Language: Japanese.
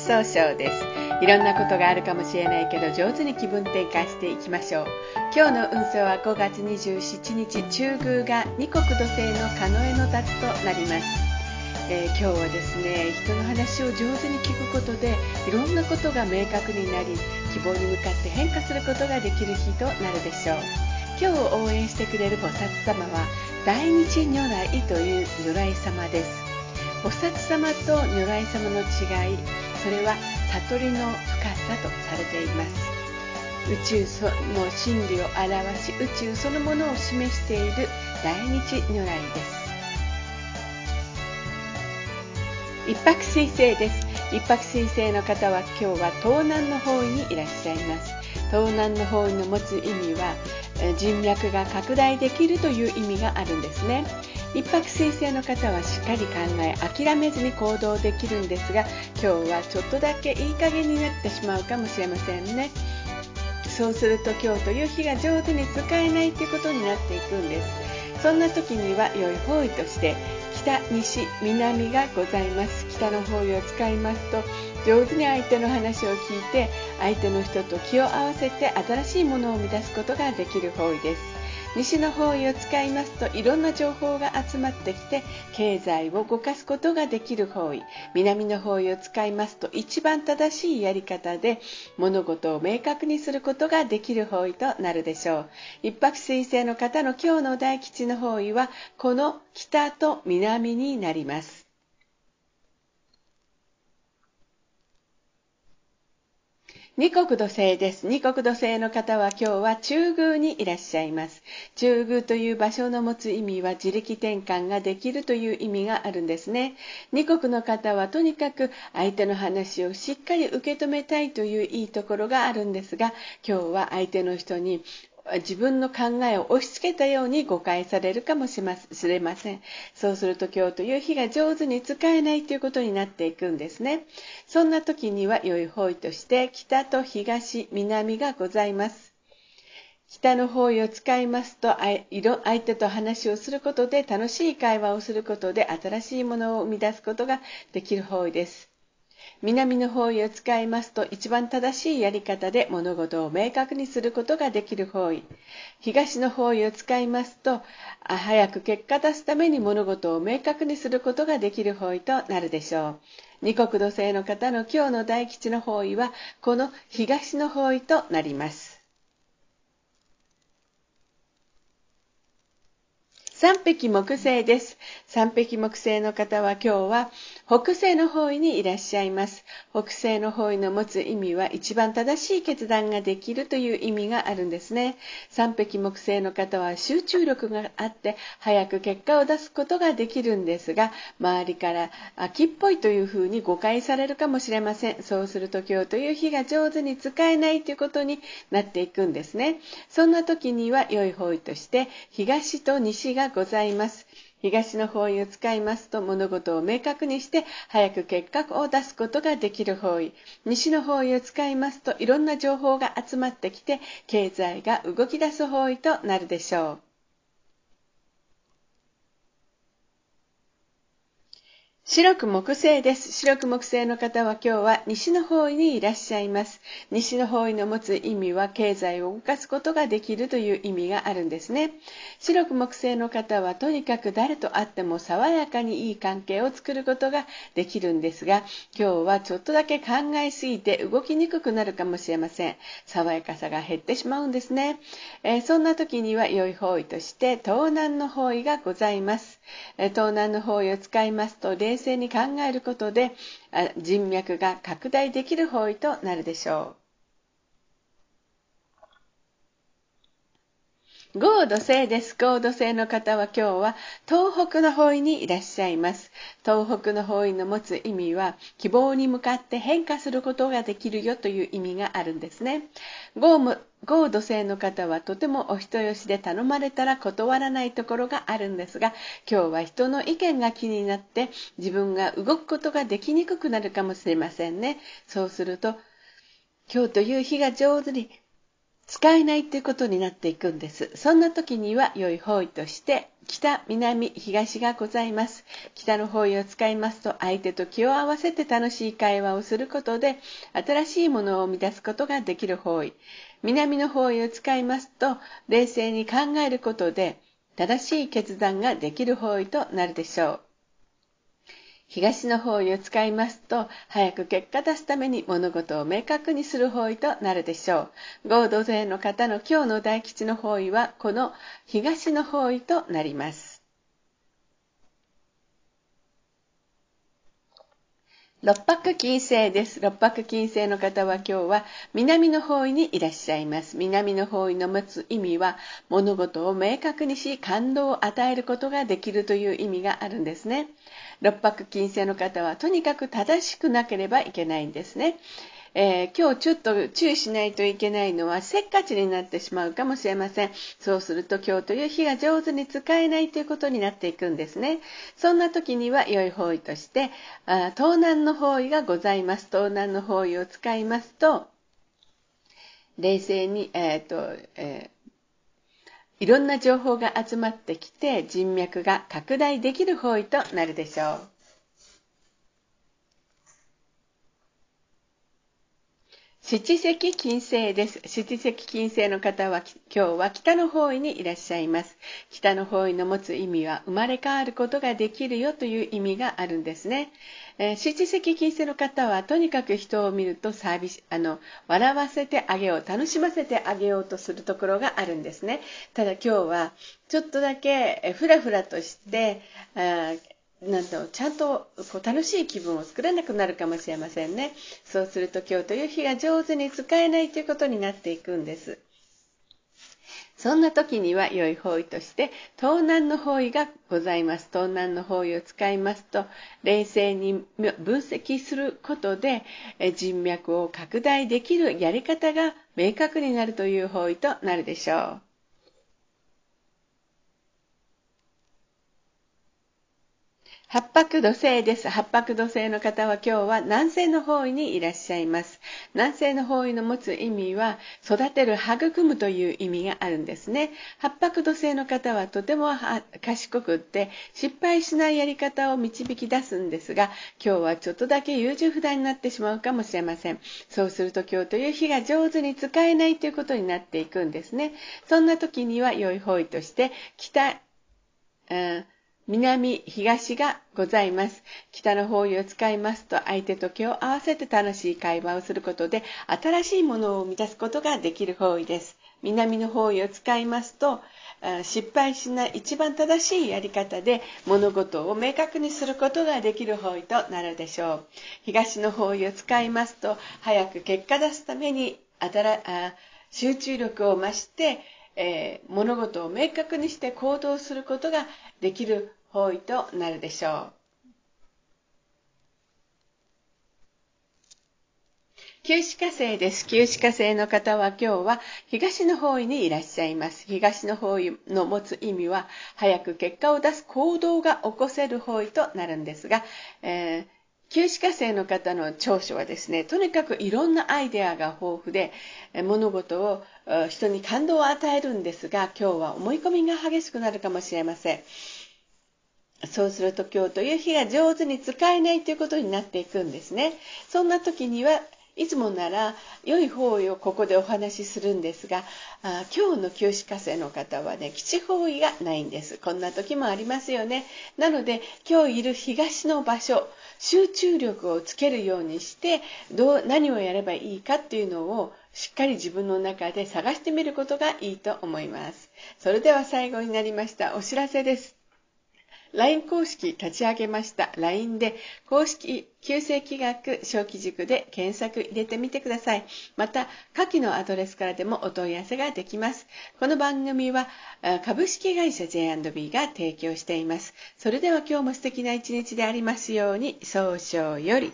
総称です。いろんなことがあるかもしれないけど、上手に気分転換していきましょう。今日の運勢は5月27日、中宮が二国土星の庚の辰となります。今日はですね、人の話を上手に聞くことでいろんなことが明確になり、希望に向かって変化することができる日となるでしょう。今日を応援してくれる菩薩様は大日如来という如来様です。菩薩様と如来様の違い、それは悟りの深さとされています。宇宙の真理を表し、宇宙そのものを示している大日如来です。一白水星です。一白水星の方は今日は東南の方位にいらっしゃいます。東南の方位の持つ意味は、人脈が拡大できるという意味があるんですね。一白水星の方はしっかり考え、諦めずに行動できるんですが、今日はちょっとだけいい加減になってしまうかもしれませんね。そうすると今日という日が上手に使えないということになっていくんです。そんな時には良い方位として北、西、南がございます。北の方位を使いますと、上手に相手の話を聞いて、相手の人と気を合わせて新しいものを生み出すことができる方位です。西の方位を使いますと、いろんな情報が集まってきて経済を動かすことができる方位。南の方位を使いますと、一番正しいやり方で物事を明確にすることができる方位となるでしょう。一白水星の方の今日の大吉の方位はこの北と南になります。二国土星です。二国土星の方は今日は中宮にいらっしゃいます。中宮という場所の持つ意味は自力転換ができるという意味があるんですね。二国の方はとにかく相手の話をしっかり受け止めたいといういいところがあるんですが、今日は相手の人に自分の考えを押し付けたように誤解されるかもしれません。そうすると今日という日が上手に使えないということになっていくんですね。そんな時には良い方位として北と東、南がございます。北の方位を使いますと、相手と話をすることで、楽しい会話をすることで新しいものを生み出すことができる方位です。南の方位を使いますと、一番正しいやり方で物事を明確にすることができる方位。東の方位を使いますと、早く結果出すために物事を明確にすることができる方位となるでしょう。二国土星の方の今日の大吉の方位はこの東の方位となります。三匹木星です。三匹木星の方は今日は北西の方位にいらっしゃいます。北西の方位の持つ意味は一番正しい決断ができるという意味があるんですね。三匹木星の方は集中力があって早く結果を出すことができるんですが、周りから秋っぽいというふうに誤解されるかもしれません。そうすると今日という日が上手に使えないということになっていくんですね。そんな時には良い方位として東と西がございます。東の方位を使いますと、物事を明確にして早く結果を出すことができる方位。西の方位を使いますと、いろんな情報が集まってきて経済が動き出す方位となるでしょう。白く木星です。白く木星の方は今日は西の方位にいらっしゃいます。西の方位の持つ意味は経済を動かすことができるという意味があるんですね。白く木星の方はとにかく誰と会っても爽やかにいい関係を作ることができるんですが、今日はちょっとだけ考えすぎて動きにくくなるかもしれません。爽やかさが減ってしまうんですね。そんな時には良い方位として東南の方位がございます。東南の方位を使いますと、冷静に考えることで人脈が拡大できる方位となるでしょう。合土星です。合土星の方は今日は東北の方位にいらっしゃいます。東北の方位の持つ意味は希望に向かって変化することができるよという意味があるんですね。合土星の方はとてもお人よしで、頼まれたら断らないところがあるんですが、今日は人の意見が気になって自分が動くことができにくくなるかもしれませんね。そうすると今日という日が上手に使えないっていうことになっていくんです。そんな時には良い方位として北、南、東がございます。北の方位を使いますと、相手と気を合わせて楽しい会話をすることで新しいものを生み出すことができる方位。南の方位を使いますと、冷静に考えることで正しい決断ができる方位となるでしょう。東の方位を使いますと、早く結果出すために物事を明確にする方位となるでしょう。合土星の方の今日の大吉の方位はこの東の方位となります。六白金星です。六白金星の方は今日は南の方位にいらっしゃいます。南の方位の持つ意味は、物事を明確にし感動を与えることができるという意味があるんですね。六白金星の方はとにかく正しくなければいけないんですね。今日ちょっと注意しないといけないのはせっかちになってしまうかもしれません。そうすると今日という日が上手に使えないということになっていくんですね。そんな時には良い方位として東南の方位がございます。東南の方位を使いますと冷静に、いろんな情報が集まってきて人脈が拡大できる方位となるでしょう。七石金星です。七石金星の方は今日は北の方位にいらっしゃいます。北の方位の持つ意味は生まれ変わることができるよという意味があるんですね。七石金星の方はとにかく人を見ると笑わせてあげよう、楽しませてあげようとするところがあるんですね。ただ今日はちょっとだけフラフラとしてちゃんと楽しい気分を作らなくなるかもしれませんね。そうすると今日という日が上手に使えないということになっていくんです。そんな時には良い方位として東南の方位がございます。東南の方位を使いますと冷静に分析することで人脈を拡大できるやり方が明確になるという方位となるでしょう。八白土星です。八白土星の方は今日は南西の方位にいらっしゃいます。南西の方位の持つ意味は育てる、育むという意味があるんですね。八白土星の方はとても賢くって失敗しないやり方を導き出すんですが、今日はちょっとだけ優柔不断になってしまうかもしれません。そうすると今日という日が上手に使えないということになっていくんですね。そんな時には良い方位として北、南、東がございます。北の方位を使いますと相手と気を合わせて楽しい会話をすることで新しいものを生み出すことができる方位です。南の方位を使いますと失敗しない一番正しいやり方で物事を明確にすることができる方位となるでしょう。東の方位を使いますと早く結果出すために集中力を増して物事を明確にして行動することができる方位となるでしょう。九死火星です。九死火星の方は今日は東の方位にいらっしゃいます。東の方位の持つ意味は早く結果を出す行動が起こせる方位となるんですが、九死火星の方の長所はですね、とにかくいろんなアイデアが豊富で物事を人に感動を与えるんですが、今日は思い込みが激しくなるかもしれません。そうすると今日という日が上手に使えないということになっていくんですね。そんな時にはいつもなら良い方位をここでお話しするんですが、今日の九死火星の方はね、基地方位がないんです。こんな時もありますよね。なので今日いる東の場所、集中力をつけるようにして何をやればいいかっていうのをしっかり自分の中で探してみることがいいと思います。それでは最後になりましたお知らせです。LINE 公式立ち上げました。LINE で公式旧世紀学小規塾で検索入れてみてください。また下記のアドレスからでもお問い合わせができます。この番組は株式会社 J&B が提供しています。それでは今日も素敵な一日でありますように。早々より。